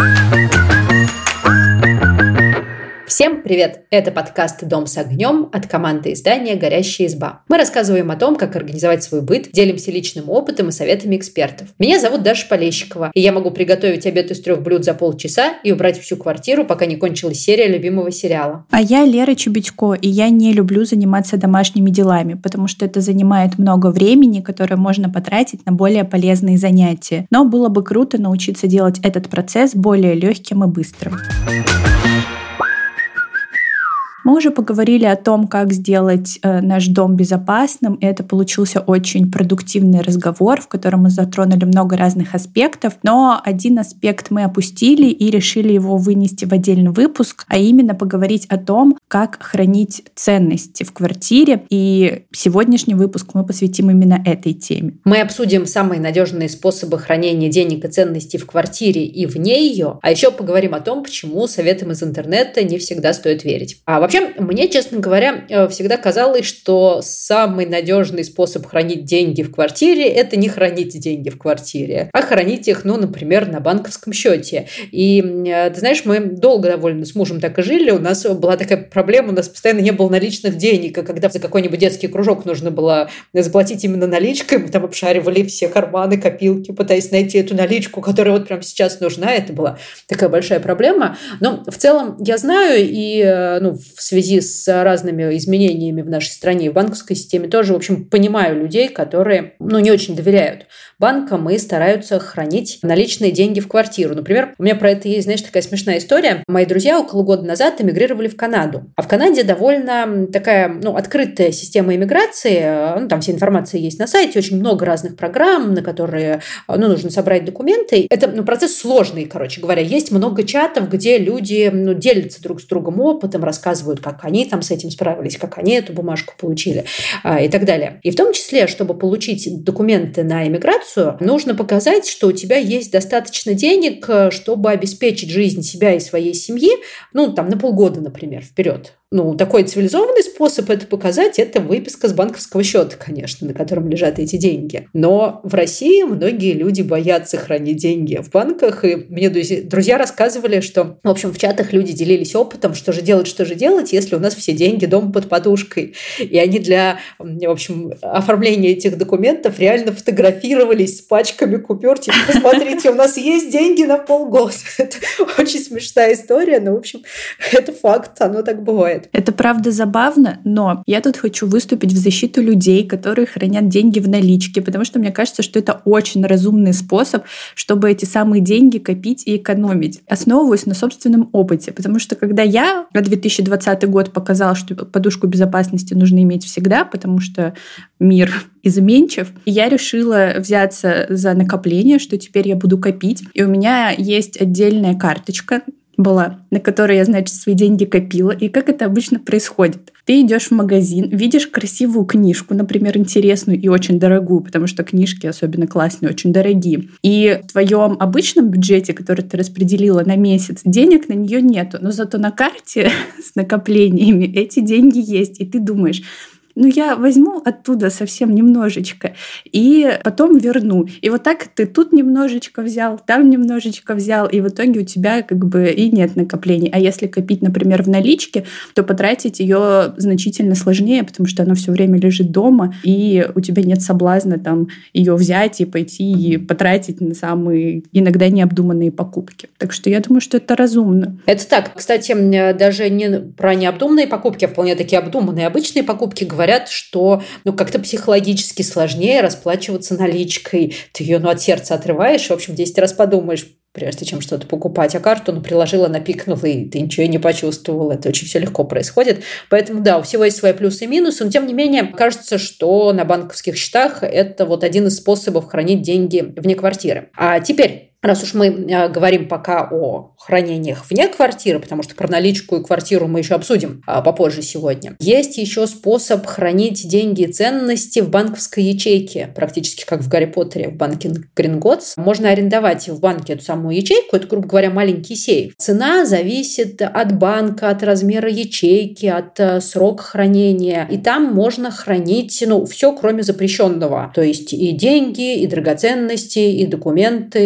Всем привет! Это подкаст «Дом с огнем» от команды издания «Горящая изба». Мы рассказываем о том, как организовать свой быт, делимся личным опытом и советами экспертов. Меня зовут Даша Полещикова, и я могу приготовить обед из 3 блюд за полчаса и убрать всю квартиру, пока не кончилась серия любимого сериала. А я Лера Чебедько, и я не люблю заниматься домашними делами, потому что это занимает много времени, которое можно потратить на более полезные занятия. Но было бы круто научиться делать этот процесс более легким и быстрым. Мы уже поговорили о том, как сделать наш дом безопасным, и это получился очень продуктивный разговор, в котором мы затронули много разных аспектов, но один аспект мы опустили и решили его вынести в отдельный выпуск, а именно поговорить о том, как хранить ценности в квартире, и сегодняшний выпуск мы посвятим именно этой теме. Мы обсудим самые надежные способы хранения денег и ценностей в квартире и вне ее, а еще поговорим о том, почему советам из интернета не всегда стоит верить. Вообще, мне, честно говоря, всегда казалось, что самый надежный способ хранить деньги в квартире – это не хранить деньги в квартире, а хранить их, например, на банковском счете. И, ты знаешь, мы долго довольно с мужем так и жили. У нас была такая проблема, у нас постоянно не было наличных денег, а когда за какой-нибудь детский кружок нужно было заплатить именно наличкой, мы там обшаривали все карманы, копилки, пытаясь найти эту наличку, которая вот прямо сейчас нужна. Это была такая большая проблема. Но в целом я знаю, и в связи с разными изменениями в нашей стране и в банковской системе тоже, в общем, понимаю людей, которые, не очень доверяют банкам и стараются хранить наличные деньги в квартиру. Например, у меня про это есть, такая смешная история. Мои друзья около года назад эмигрировали в Канаду. А в Канаде довольно такая, открытая система иммиграции. Там вся информация есть на сайте, очень много разных программ, на которые, нужно собрать документы. Это, процесс сложный, короче говоря. Есть много чатов, где люди, делятся друг с другом опытом, рассказывают, как они там с этим справились, как они эту бумажку получили и так далее. И в том числе, чтобы получить документы на иммиграцию, нужно показать, что у тебя есть достаточно денег, чтобы обеспечить жизнь себя и своей семьи, на полгода, например, вперед. Такой цивилизованный способ это показать – это выписка с банковского счета, конечно, на котором лежат эти деньги. Но в России многие люди боятся хранить деньги в банках, и мне друзья рассказывали, что, в общем, в чатах люди делились опытом, что же делать, если у нас все деньги дома под подушкой. И они для, в общем, оформления этих документов реально фотографировались с пачками купюр. Типа, посмотрите, у нас есть деньги на полгода. Это очень смешная история, но, в общем, это факт, оно так бывает. Это правда забавно, но я тут хочу выступить в защиту людей, которые хранят деньги в наличке, потому что мне кажется, что это очень разумный способ, чтобы эти самые деньги копить и экономить. Основываюсь на собственном опыте, потому что когда 2020 год показал, что подушку безопасности нужно иметь всегда, потому что мир изменчив, и я решила взяться за накопление, что теперь я буду копить. И у меня есть отдельная карточка, на которой я, свои деньги копила. И как это обычно происходит? Ты идешь в магазин, видишь красивую книжку, например, интересную и очень дорогую, потому что книжки, особенно классные, очень дорогие. И в твоем обычном бюджете, который ты распределила на месяц, денег на нее нету. Но зато на карте с накоплениями эти деньги есть. И ты думаешь, я возьму оттуда совсем немножечко и потом верну. И вот так ты тут немножечко взял, там немножечко взял, и в итоге у тебя и нет накоплений. А если копить, например, в наличке, то потратить ее значительно сложнее, потому что она все время лежит дома, и у тебя нет соблазна ее взять и пойти и потратить на самые иногда необдуманные покупки. Так что я думаю, что это разумно. Это так. Кстати, даже не про необдуманные покупки, а вполне такие обдуманные обычные покупки говорят, что как-то психологически сложнее расплачиваться наличкой. Ты ее от сердца отрываешь, в общем, 10 раз подумаешь, прежде чем что-то покупать. А карту приложила, напикнула, и ты ничего не почувствовал. Это очень все легко происходит. Поэтому, да, у всего есть свои плюсы и минусы. Но, тем не менее, кажется, что на банковских счетах это один из способов хранить деньги вне квартиры. А теперь, раз уж мы говорим пока о хранениях вне квартиры, потому что про наличку и квартиру мы еще обсудим попозже сегодня, есть еще способ хранить деньги и ценности в банковской ячейке, практически как в Гарри Поттере в банке Гринготтс. Можно арендовать в банке эту самую ячейку, это, грубо говоря, маленький сейф. Цена зависит от банка, от размера ячейки, от срока хранения, и там можно хранить все, кроме запрещенного, то есть и деньги, и драгоценности, и документы,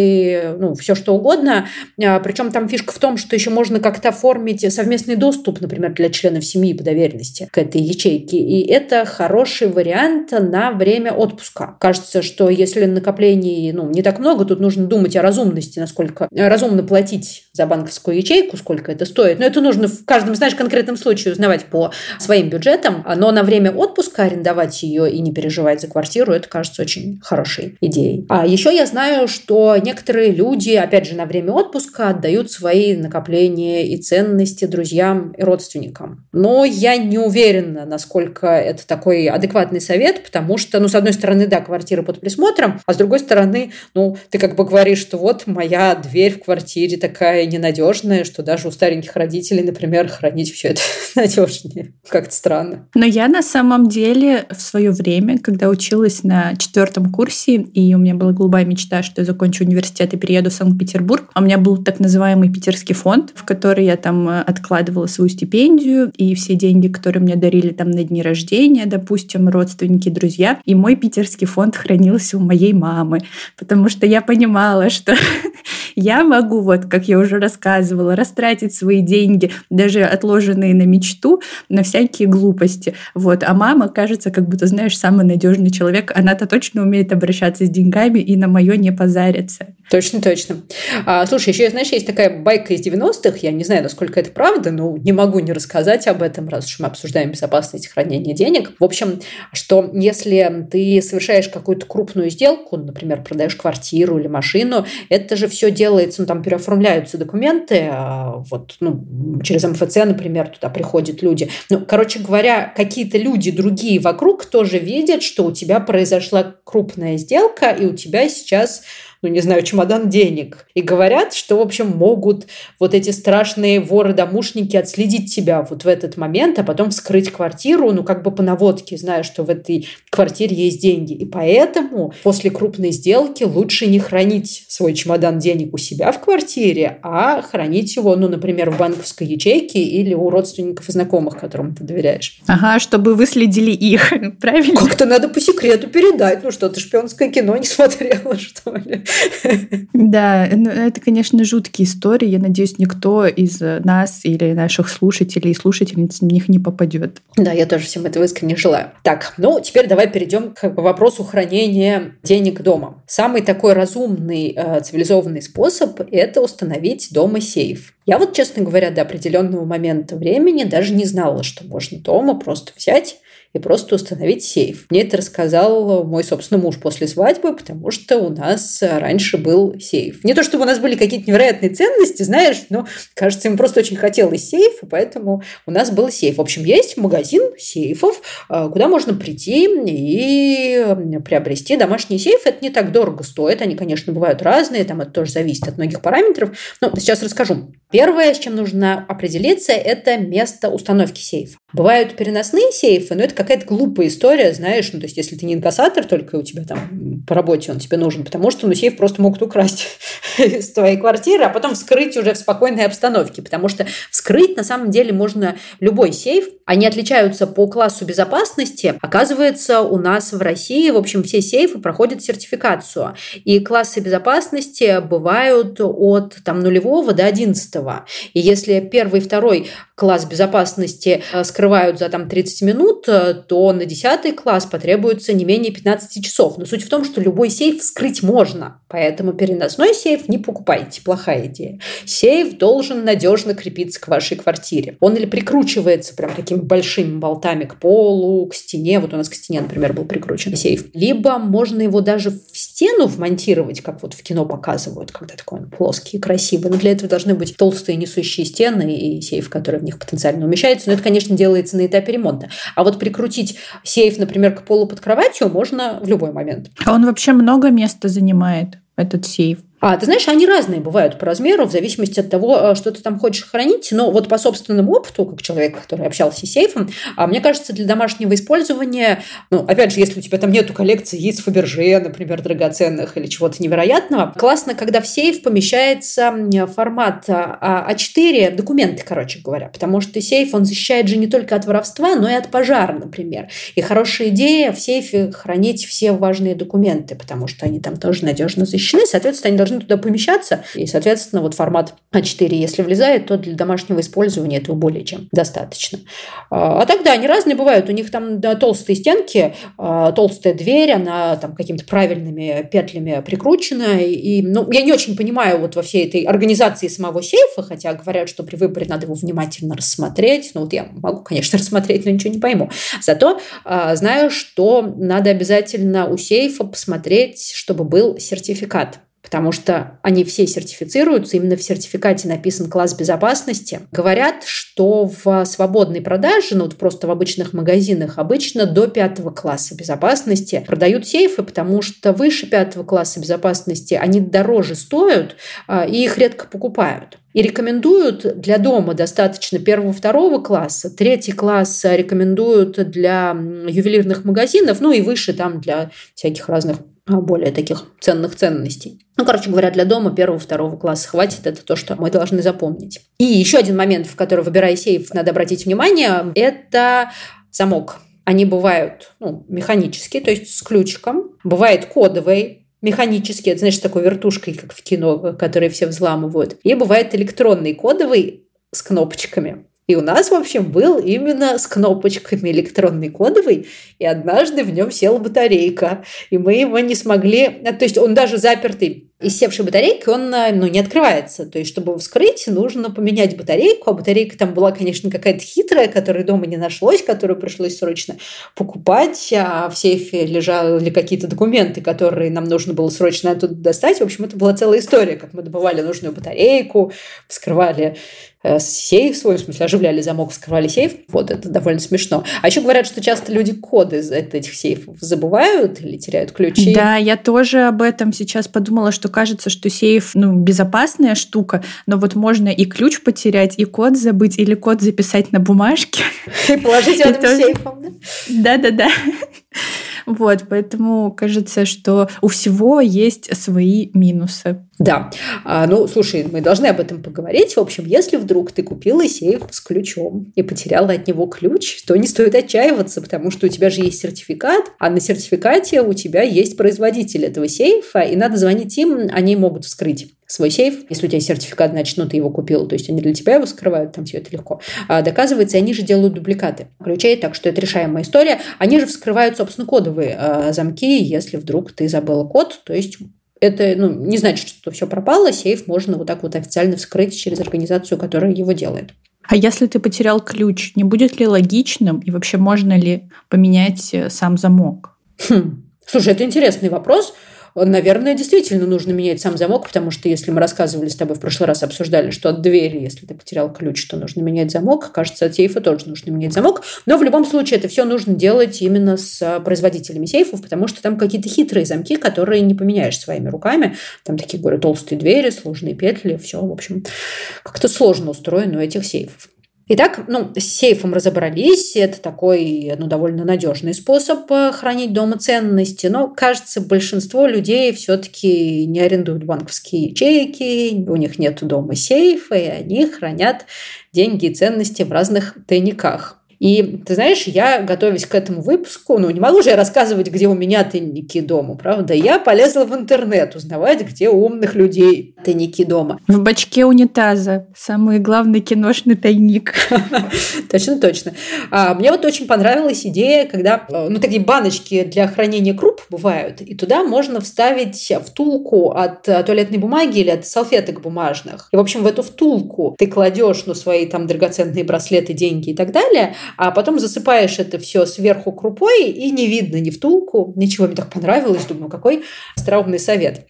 все что угодно. Причем там фишка в том, что еще можно как-то оформить совместный доступ, например, для членов семьи по доверенности к этой ячейке. И это хороший вариант на время отпуска. Кажется, что если накоплений не так много, тут нужно думать о разумности, насколько разумно платить за банковскую ячейку, сколько это стоит. Но это нужно в каждом, конкретном случае узнавать по своим бюджетам. Но на время отпуска арендовать ее и не переживать за квартиру, это кажется очень хорошей идеей. А еще я знаю, что некоторые люди, опять же, на время отпуска отдают свои накопления и ценности друзьям и родственникам. Но я не уверена, насколько это такой адекватный совет, потому что, с одной стороны, да, квартира под присмотром, а с другой стороны, ты как бы говоришь, что вот моя дверь в квартире такая ненадежная, что даже у стареньких родителей, например, хранить все это надежнее. Как-то странно. Но я на самом деле в свое время, когда училась на 4 курсе, и у меня была голубая мечта, что я закончу университет и перееду в Санкт-Петербург, у меня был так называемый питерский фонд, в который я там откладывала свою стипендию и все деньги, которые мне дарили там на дни рождения, допустим, родственники, друзья. И мой питерский фонд хранился у моей мамы, потому что я понимала, что я могу, как я уже рассказывала, растратить свои деньги, даже отложенные на мечту, на всякие глупости. А мама, кажется, как будто, самый надежный человек. Она-то точно умеет обращаться с деньгами и на мое не позарится. Точно. Слушай, еще, есть такая байка из 90-х, я не знаю, насколько это правда, но не могу не рассказать об этом, раз уж мы обсуждаем безопасность хранения денег. В общем, что если ты совершаешь какую-то крупную сделку, например, продаешь квартиру или машину, это же все делается, там переоформляются документы, через МФЦ, например, туда приходят люди. Короче говоря, какие-то люди другие вокруг тоже видят, что у тебя произошла крупная сделка, и у тебя сейчас чемодан денег. И говорят, что, в общем, могут эти страшные воры-домушники отследить тебя в этот момент, а потом вскрыть квартиру, по наводке, зная, что в этой квартире есть деньги. И поэтому после крупной сделки лучше не хранить свой чемодан денег у себя в квартире, а хранить его, например, в банковской ячейке или у родственников и знакомых, которым ты доверяешь. Ага, чтобы выследили их, правильно? Как-то надо по секрету передать. Что ты шпионское кино не смотрела, что ли? Да, это, конечно, жуткие истории. Я надеюсь, никто из нас или наших слушателей и слушательниц в них не попадет. Да, я тоже всем этого искренне желаю. Так, теперь давай перейдем к вопросу хранения денег дома. Самый такой разумный, цивилизованный способ – это установить дома сейф. Я честно говоря, до определенного момента времени даже не знала, что можно дома просто взять и просто установить сейф. Мне это рассказал мой, собственно, муж после свадьбы, потому что у нас раньше был сейф. Не то чтобы у нас были какие-то невероятные ценности, но, кажется, ему просто очень хотелось сейфа, поэтому у нас был сейф. В общем, есть магазин сейфов, куда можно прийти и приобрести домашний сейф. Это не так дорого стоит. Они, конечно, бывают разные, там это тоже зависит от многих параметров. Но сейчас расскажу. Первое, с чем нужно определиться, это место установки сейфа. Бывают переносные сейфы, но это какая-то глупая история, то есть если ты не инкассатор, только у тебя там по работе он тебе нужен, потому что сейф просто могут украсть из твоей квартиры, а потом вскрыть уже в спокойной обстановке, потому что вскрыть на самом деле можно любой сейф. Они отличаются по классу безопасности. Оказывается, у нас в России, в общем, все сейфы проходят сертификацию, и классы безопасности бывают от 0 до 11. И если 1 и 2 класс безопасности скрывают за 30 минут, то на 10 класс потребуется не менее 15 часов. Но суть в том, что любой сейф вскрыть можно, поэтому переносной сейф не покупайте, плохая идея. Сейф должен надежно крепиться к вашей квартире. Он или прикручивается прям такими большими болтами к полу, к стене. У нас к стене, например, был прикручен сейф. Либо можно его даже в стену вмонтировать, как в кино показывают, когда такой он плоский и красивый. Но для этого должны быть толстые несущие стены и сейф, который в них потенциально умещается. Но это, конечно, делается на этапе ремонта. А прикрутить сейф, например, к полу под кроватью можно в любой момент. А он вообще много места занимает, этот сейф? Ты знаешь, они разные бывают по размеру, в зависимости от того, что ты там хочешь хранить. Но по собственному опыту, как человек, который общался с сейфом, мне кажется, для домашнего использования, опять же, если у тебя там нету коллекции яиц Фаберже, например, драгоценных или чего-то невероятного, классно, когда в сейф помещается формат А4, документы, короче говоря, потому что сейф, он защищает же не только от воровства, но и от пожара, например. И хорошая идея в сейфе хранить все важные документы, потому что они там тоже надежно защищены, соответственно, они должны туда помещаться. И, соответственно, вот формат А4, если влезает, то для домашнего использования этого более чем достаточно. А тогда они разные бывают. У них там толстые стенки, толстая дверь, она там какими-то правильными петлями прикручена. И, я не очень понимаю вот во всей этой организации самого сейфа, хотя говорят, что при выборе надо его внимательно рассмотреть. Вот я могу, конечно, рассмотреть, но ничего не пойму. Зато знаю, что надо обязательно у сейфа посмотреть, чтобы был сертификат. Потому что они все сертифицируются, именно в сертификате написан класс безопасности. Говорят, что в свободной продаже, вот просто в обычных магазинах, обычно до 5 класса безопасности продают сейфы, потому что выше 5 класса безопасности они дороже стоят, и их редко покупают. И рекомендуют для дома достаточно 1-2 класса, 3 класс рекомендуют для ювелирных магазинов, и выше там для всяких разных более таких ценных ценностей. Короче говоря, для дома 1-2 класса хватит. Это то, что мы должны запомнить. И еще один момент, в который, выбирая сейф, надо обратить внимание, это замок. Они бывают механические, то есть с ключиком. Бывает кодовый, механический, это, знаешь, с такой вертушкой, как в кино, которые все взламывают. И бывает электронный кодовый с кнопочками. И у нас, в общем, был именно с кнопочками электронный кодовый, и однажды в нем села батарейка, и мы его не смогли... То есть он даже запертый, и с севшей батарейкой он не открывается. То есть, чтобы его вскрыть, нужно поменять батарейку, а батарейка там была, конечно, какая-то хитрая, которой дома не нашлось, которую пришлось срочно покупать, а в сейфе лежали какие-то документы, которые нам нужно было срочно оттуда достать. В общем, это была целая история, как мы добывали нужную батарейку, вскрывали сейф свой, в смысле, оживляли замок, вскрывали сейф. Вот, это довольно смешно. А еще говорят, что часто люди коды из этих сейфов забывают или теряют ключи. Да, я тоже об этом сейчас подумала, что кажется, что сейф, безопасная штука, но вот можно и ключ потерять, и код забыть, или код записать на бумажке. И положить рядом с сейфом, да? Да. Вот, поэтому кажется, что у всего есть свои минусы. Да. Слушай, мы должны об этом поговорить. В общем, если вдруг ты купила сейф с ключом и потеряла от него ключ, то не стоит отчаиваться, потому что у тебя же есть сертификат, а на сертификате у тебя есть производитель этого сейфа, и надо звонить им, они могут вскрыть свой сейф. Если у тебя есть сертификат, значит, ты его купил, то есть они для тебя его скрывают, там все это легко. Доказывается, они же делают дубликаты ключей, так что это решаемая история. Они же вскрывают, собственно, кодовые замки, если вдруг ты забыла код, то есть это не значит, что все пропало, сейф можно вот так вот официально вскрыть через организацию, которая его делает. А если ты потерял ключ, не будет ли логичным и вообще можно ли поменять сам замок? Слушай, это интересный вопрос. Наверное, действительно нужно менять сам замок, потому что если мы рассказывали с тобой в прошлый раз, обсуждали, что от двери, если ты потерял ключ, то нужно менять замок. Кажется, от сейфа тоже нужно менять замок. Но в любом случае это все нужно делать именно с производителями сейфов, потому что там какие-то хитрые замки, которые не поменяешь своими руками. Там такие, говорю, толстые двери, сложные петли. Все, в общем, как-то сложно устроено у этих сейфов. Итак, с сейфом разобрались. Это такой, довольно надежный способ хранить дома ценности. Но, кажется, большинство людей все-таки не арендуют банковские ячейки, у них нет дома сейфа, и они хранят деньги и ценности в разных тайниках. И, ты знаешь, я, готовясь к этому выпуску, не могу же я рассказывать, где у меня тайники дома, правда? Я полезла в интернет узнавать, где у умных людей тайники дома. В бачке унитаза. Самый главный киношный тайник. Точно. Мне вот очень понравилась идея, когда такие баночки для хранения круп бывают, и туда можно вставить втулку от туалетной бумаги или от салфеток бумажных. И, в общем, в эту втулку ты кладешь свои там драгоценные браслеты, деньги и так далее, а потом засыпаешь это все сверху крупой, и не видно ни втулку, ничего. Мне так понравилось, думаю, какой остроумный совет.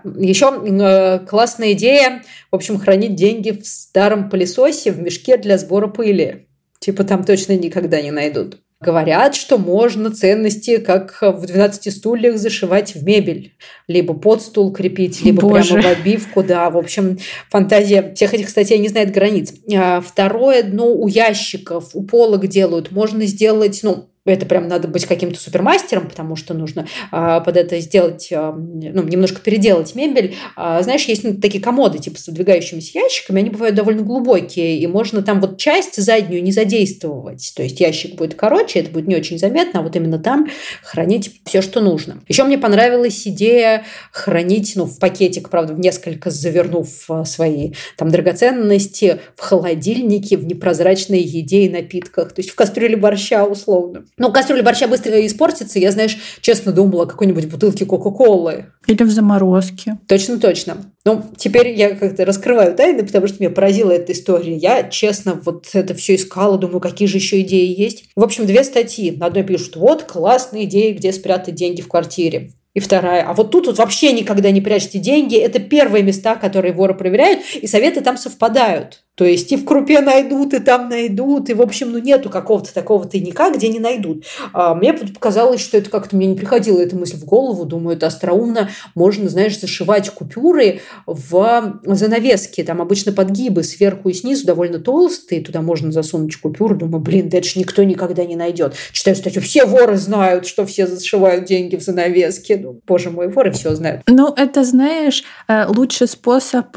Еще классная идея, в общем, хранить деньги в старом пылесосе в мешке для сбора пыли. Там точно никогда не найдут. Говорят, что можно ценности, как в 12 стульях, зашивать в мебель. Либо под стул крепить, либо прямо в обивку. Да, в общем, фантазия всех этих статей не знает границ. Второе, у ящиков, у полок делают. Можно сделать, это прям надо быть каким-то супермастером, потому что нужно под это сделать, немножко переделать мебель. Знаешь, есть такие комоды типа с выдвигающимися ящиками, они бывают довольно глубокие, и можно там вот часть заднюю не задействовать. То есть ящик будет короче, это будет не очень заметно, а вот именно там хранить все, что нужно. Еще мне понравилась идея хранить, в пакетик, правда, в несколько завернув свои там драгоценности в холодильнике, в непрозрачной еде и напитках. То есть в кастрюле борща условно. Но кастрюля борща быстро испортится. Я, знаешь, честно думала о какой-нибудь бутылке Кока-Колы. Или в заморозке. Точно. Теперь я как-то раскрываю тайны, потому что меня поразила эта история. Я, честно, вот это все искала, думаю, какие же еще идеи есть. В общем, 2 статьи. На одной пишут, вот, классные идеи, где спрятать деньги в квартире. И вторая, а вот тут вот вообще никогда не прячьте деньги. Это первые места, которые воры проверяют, и советы там совпадают. То есть и в крупе найдут, и там найдут, и, в общем, нету какого-то такого тайника, где не найдут. Мне показалось, что это как-то мне не приходила эта мысль в голову. Думаю, это остроумно. Можно, знаешь, зашивать купюры в занавески. Там обычно подгибы сверху и снизу довольно толстые. Туда можно засунуть купюру. Думаю, да это же никто никогда не найдет. Читаю статью, все воры знают, что все зашивают деньги в занавески. Боже мой, воры все знают. Это, знаешь, лучший способ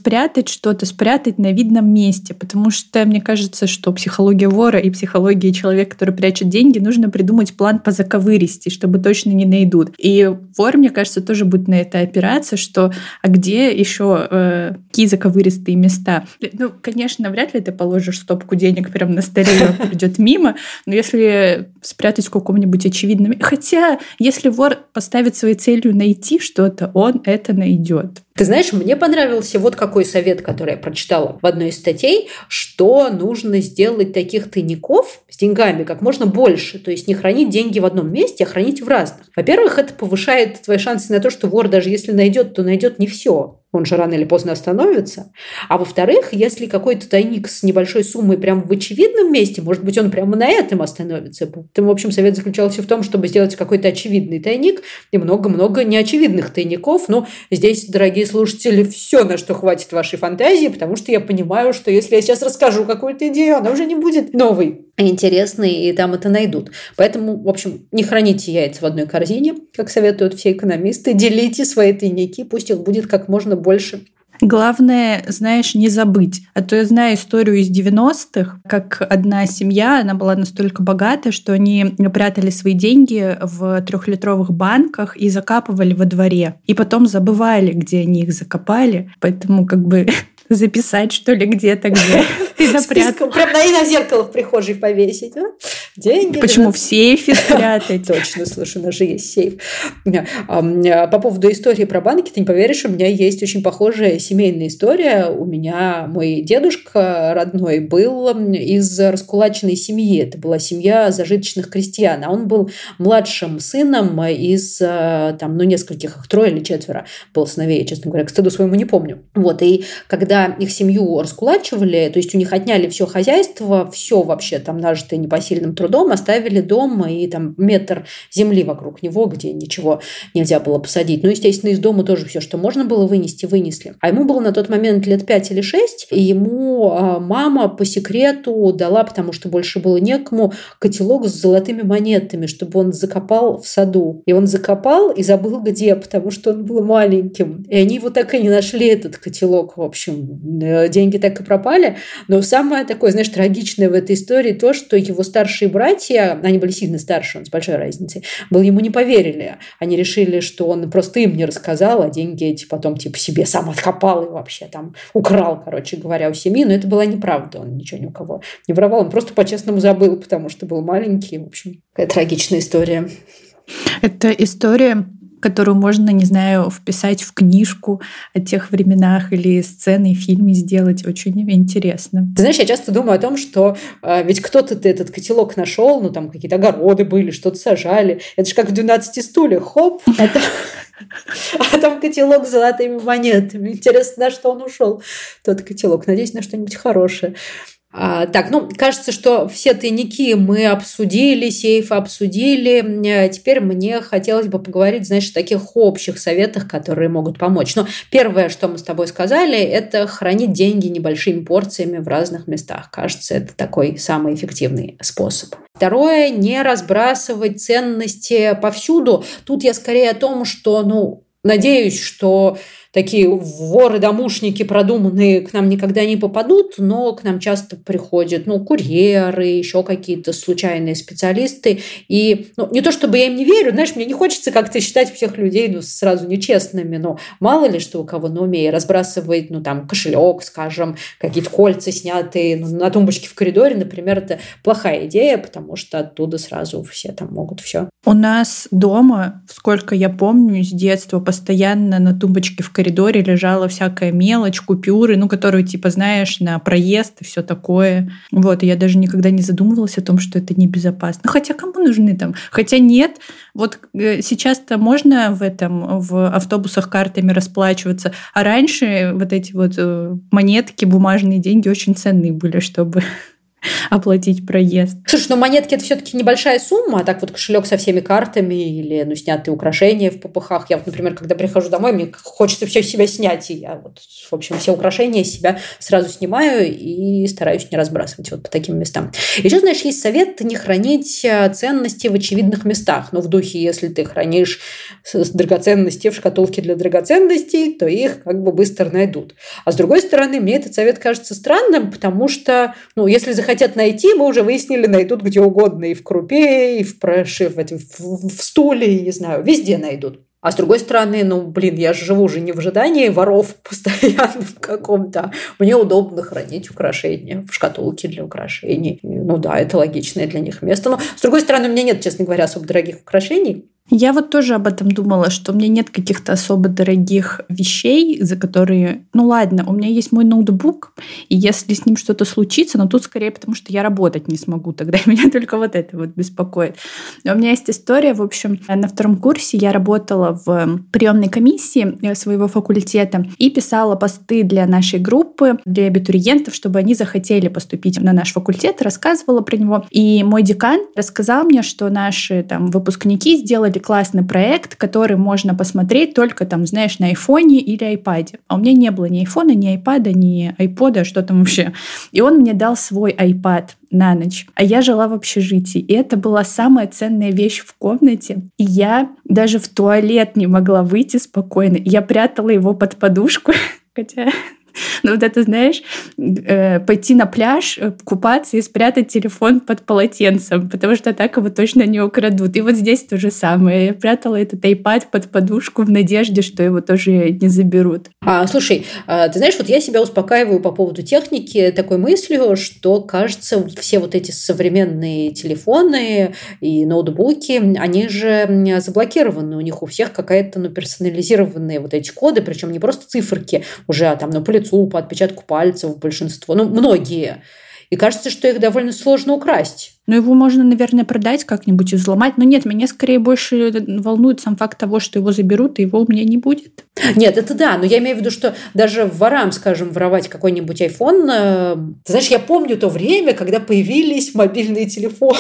спрятать на видном месте, потому что мне кажется, что психология вора и психология человека, который прячет деньги, нужно придумать план по заковыристи, чтобы точно не найдут. И вор, мне кажется, тоже будет на это опираться, что где еще какие заковыристые места. Конечно, вряд ли ты положишь стопку денег прямо на столе, и он придет мимо, но если спрятать в каком-нибудь очевидном... Хотя, если вор поставит своей целью найти что-то, он это найдет. Ты знаешь, мне понравился вот какой совет, который я прочитала в одной из статей, что нужно сделать таких тайников с деньгами как можно больше. То есть не хранить деньги в одном месте, а хранить в разных. Во-первых, это повышает твои шансы на то, что вор, даже если найдет, то найдет не все. Он же рано или поздно остановится. А во-вторых, если какой-то тайник с небольшой суммой прямо в очевидном месте, может быть, он прямо на этом остановится. Поэтому, в общем, совет заключался в том, чтобы сделать какой-то очевидный тайник и много-много неочевидных тайников. Но здесь, дорогие слушатели, все, на что хватит вашей фантазии, потому что я понимаю, что если я сейчас расскажу какую-то идею, она уже не будет новой, интересной, и там это найдут. Поэтому, в общем, не храните яйца в одной корзине, как советуют все экономисты. Делите свои тайники, пусть их будет как можно больше. Главное, знаешь, не забыть. А то я знаю историю из 90-х, как одна семья, она была настолько богата, что они прятали свои деньги в 3-литровых банках и закапывали во дворе. И потом забывали, где они их закопали. Поэтому записать, что ли, где-то, где ты запрятал. Прям на зеркало в прихожей повесить. Деньги. Почему в сейфе спрятать? Точно, слушай, у нас же есть сейф. По поводу истории про банки, ты не поверишь, у меня есть очень похожая семейная история. У меня мой дедушка родной был из раскулаченной семьи. Это была семья зажиточных крестьян. А он был младшим сыном из нескольких, их 3 или 4 было сыновей, честно говоря, к стыду своему не помню. И когда их семью раскулачивали, то есть у них отняли все хозяйство, все вообще там нажитое непосильным трудом, оставили дом и там метр земли вокруг него, где ничего нельзя было посадить. Естественно, из дома тоже все, что можно было вынести, вынесли. А ему было на тот момент лет 5 или 6, и ему мама по секрету дала, потому что больше было некому, котелок с золотыми монетами, чтобы он закопал в саду. И он закопал и забыл где, потому что он был маленьким. И они его так и не нашли, этот котелок, в общем. Деньги так и пропали. Но самое такое, знаешь, трагичное в этой истории то, что его старшие братья, они были сильно старше, он с большой разницей, ему не поверили. Они решили, что он просто им не рассказал, а деньги эти потом себе сам откопал и вообще там украл, короче говоря, у семьи. Но это была неправда. Он ничего ни у кого не воровал. Он просто по-честному забыл, потому что был маленький. В общем, такая трагичная история. Это история, которую можно, не знаю, вписать в книжку о тех временах или сцены в фильме сделать. Очень интересно. Ты знаешь, я часто думаю о том, что ведь кто-то этот котелок нашел, там какие-то огороды были, что-то сажали. Это же как в 12 стульях. Хоп! А там котелок с золотыми монетами. Интересно, на что он ушел, тот котелок. Надеюсь, на что-нибудь хорошее. Так, кажется, что все тайники мы обсудили, сейфы обсудили. Теперь мне хотелось бы поговорить, знаешь, о таких общих советах, которые могут помочь. Первое, что мы с тобой сказали, это хранить деньги небольшими порциями в разных местах. Кажется, это такой самый эффективный способ. Второе, не разбрасывать ценности повсюду. Тут я скорее о том, что, надеюсь, что такие воры-домушники продуманные к нам никогда не попадут, но к нам часто приходят, курьеры, еще какие-то случайные специалисты. И, не то чтобы я им не верю, знаешь, мне не хочется как-то считать всех людей, сразу нечестными, но мало ли что у кого на уме, и разбрасывать, кошелек, скажем, какие-то кольца снятые на тумбочке в коридоре, например, это плохая идея, потому что оттуда сразу все там могут все. У нас дома, сколько я помню, с детства постоянно на тумбочке в коридоре лежала всякая мелочь, купюры, которую, знаешь, на проезд и все такое. И я даже никогда не задумывалась о том, что это небезопасно. Хотя кому нужны там? Хотя нет. Сейчас-то можно в автобусах картами расплачиваться, а раньше эти монетки, бумажные деньги очень ценные были, чтобы оплатить проезд. Слушай, монетки – это все-таки небольшая сумма, а так кошелек со всеми картами или снятые украшения в попыхах. Я например, когда прихожу домой, мне хочется все с себя снять, и я в общем, все украшения с себя сразу снимаю и стараюсь не разбрасывать по таким местам. Еще, знаешь, есть совет не хранить ценности в очевидных местах. В духе, если ты хранишь драгоценности в шкатулке для драгоценностей, то их быстро найдут. А с другой стороны, мне этот совет кажется странным, потому что, если захотят найти, мы уже выяснили, найдут где угодно. И в крупе, и в стуле, не знаю, везде найдут. А с другой стороны, я же живу уже не в ожидании воров постоянно в каком-то. Мне удобно хранить украшения в шкатулке для украшений. Да, это логичное для них место. Но с другой стороны, у меня нет, честно говоря, особо дорогих украшений. Я тоже об этом думала, что у меня нет каких-то особо дорогих вещей, за которые... ладно, у меня есть мой ноутбук, и если с ним что-то случится, но тут скорее потому, что я работать не смогу, тогда меня только это беспокоит. У меня есть история, в общем, на 2 курсе я работала в приемной комиссии своего факультета и писала посты для нашей группы, для абитуриентов, чтобы они захотели поступить на наш факультет, рассказывала про него. И мой декан рассказал мне, что наши выпускники сделали классный проект, который можно посмотреть только знаешь, на айфоне или айпаде. А у меня не было ни айфона, ни айпада, ни айпода, что там вообще. И он мне дал свой айпад на ночь. А я жила в общежитии. И это была самая ценная вещь в комнате. И я даже в туалет не могла выйти спокойно. Я прятала его под подушку, хотя... знаешь, пойти на пляж, купаться и спрятать телефон под полотенцем, потому что так его точно не украдут. И здесь то же самое. Я прятала этот iPad под подушку в надежде, что его тоже не заберут. Слушай, ты знаешь, я себя успокаиваю по поводу техники такой мыслью, что, кажется, все эти современные телефоны и ноутбуки, они же заблокированы. У них у всех какая-то персонализированные эти коды, причем не просто циферки уже по лицу, по отпечатку пальцев большинство, многие. И кажется, что их довольно сложно украсть. Его можно, наверное, продать как-нибудь и взломать. Но нет, меня скорее больше волнует сам факт того, что его заберут, и его у меня не будет. Нет, это да, но я имею в виду, что даже ворам, скажем, воровать какой-нибудь iPhone... Ты знаешь, я помню то время, когда появились мобильные телефоны.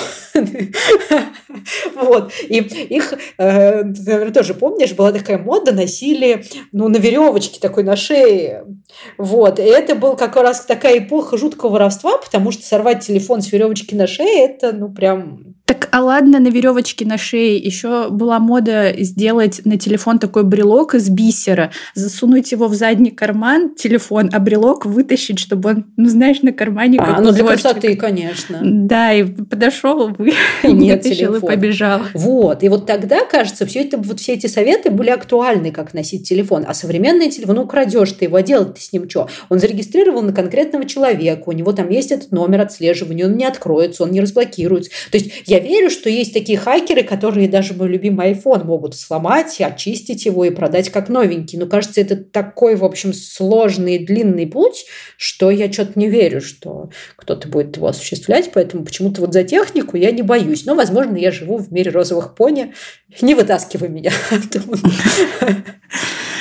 И их, ты, наверное, тоже помнишь, была такая мода, носили на веревочке такой на шее. И это была как раз такая эпоха жуткого воровства, потому что сорвать телефон с веревочки на шее – это прям... Так, а ладно, на веревочке на шее. Еще была мода сделать на телефон такой брелок из бисера, засунуть его в задний карман, телефон, а брелок вытащить, чтобы он, знаешь, на кармане как для красоты, конечно. Да, и подошел, вытащил и побежал. И тогда, кажется, все эти советы были актуальны, как носить телефон. А современный телефон, украдешь ты его, а делать ты с ним что? Он зарегистрирован на конкретного человека, у него там есть этот номер отслеживания, он не откроется, он не разблокируется. То есть я верю, что есть такие хакеры, которые даже мой любимый iPhone могут сломать, очистить его и продать как новенький. Но кажется, это такой, в общем, сложный и длинный путь, что я что-то не верю, что кто-то будет его осуществлять. Поэтому почему-то за технику я не боюсь. Но, возможно, я живу в мире розовых пони. Не вытаскивай меня.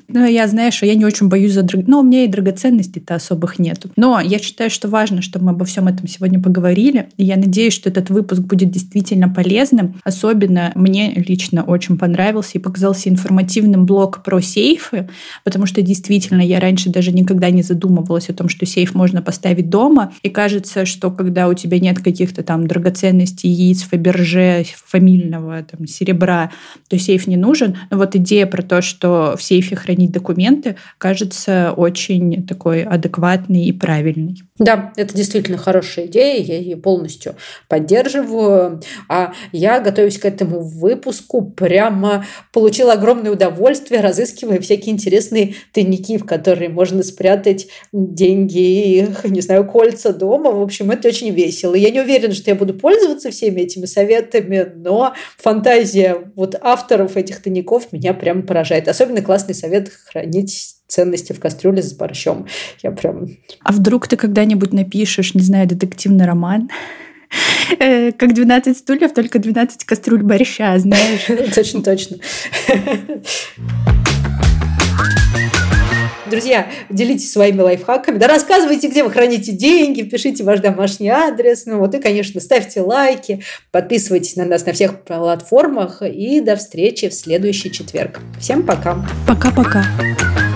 Ну, я не очень боюсь за у меня и драгоценностей-то особых нету. Но я считаю, что важно, чтобы мы обо всем этом сегодня поговорили. И я надеюсь, что этот выпуск будет действительно полезным. Особенно мне лично очень понравился и показался информативным блог про сейфы, потому что действительно я раньше даже никогда не задумывалась о том, что сейф можно поставить дома. И кажется, что когда у тебя нет каких-то там драгоценностей, яиц, Фаберже, фамильного там, серебра, то сейф не нужен. Но вот идея про то, что в сейфе хранить документы, кажется очень такой адекватный и правильный. Да, это действительно хорошая идея, я ее полностью поддерживаю. А я, готовясь к этому выпуску, прямо получила огромное удовольствие, разыскивая всякие интересные тайники, в которые можно спрятать деньги, не знаю, кольца дома. В общем, это очень весело. Я не уверена, что я буду пользоваться всеми этими советами, но фантазия вот авторов этих тайников меня прямо поражает. Особенно классный совет хранить ценности в кастрюле с борщом. А вдруг ты когда-нибудь напишешь, не знаю, детективный роман? Как 12 стульев, только 12 кастрюль борща, знаешь? Точно. Друзья, делитесь своими лайфхаками. Да рассказывайте, где вы храните деньги, пишите ваш домашний адрес. И, конечно, ставьте лайки, подписывайтесь на нас на всех платформах. И до встречи в следующий четверг. Всем пока. Пока-пока.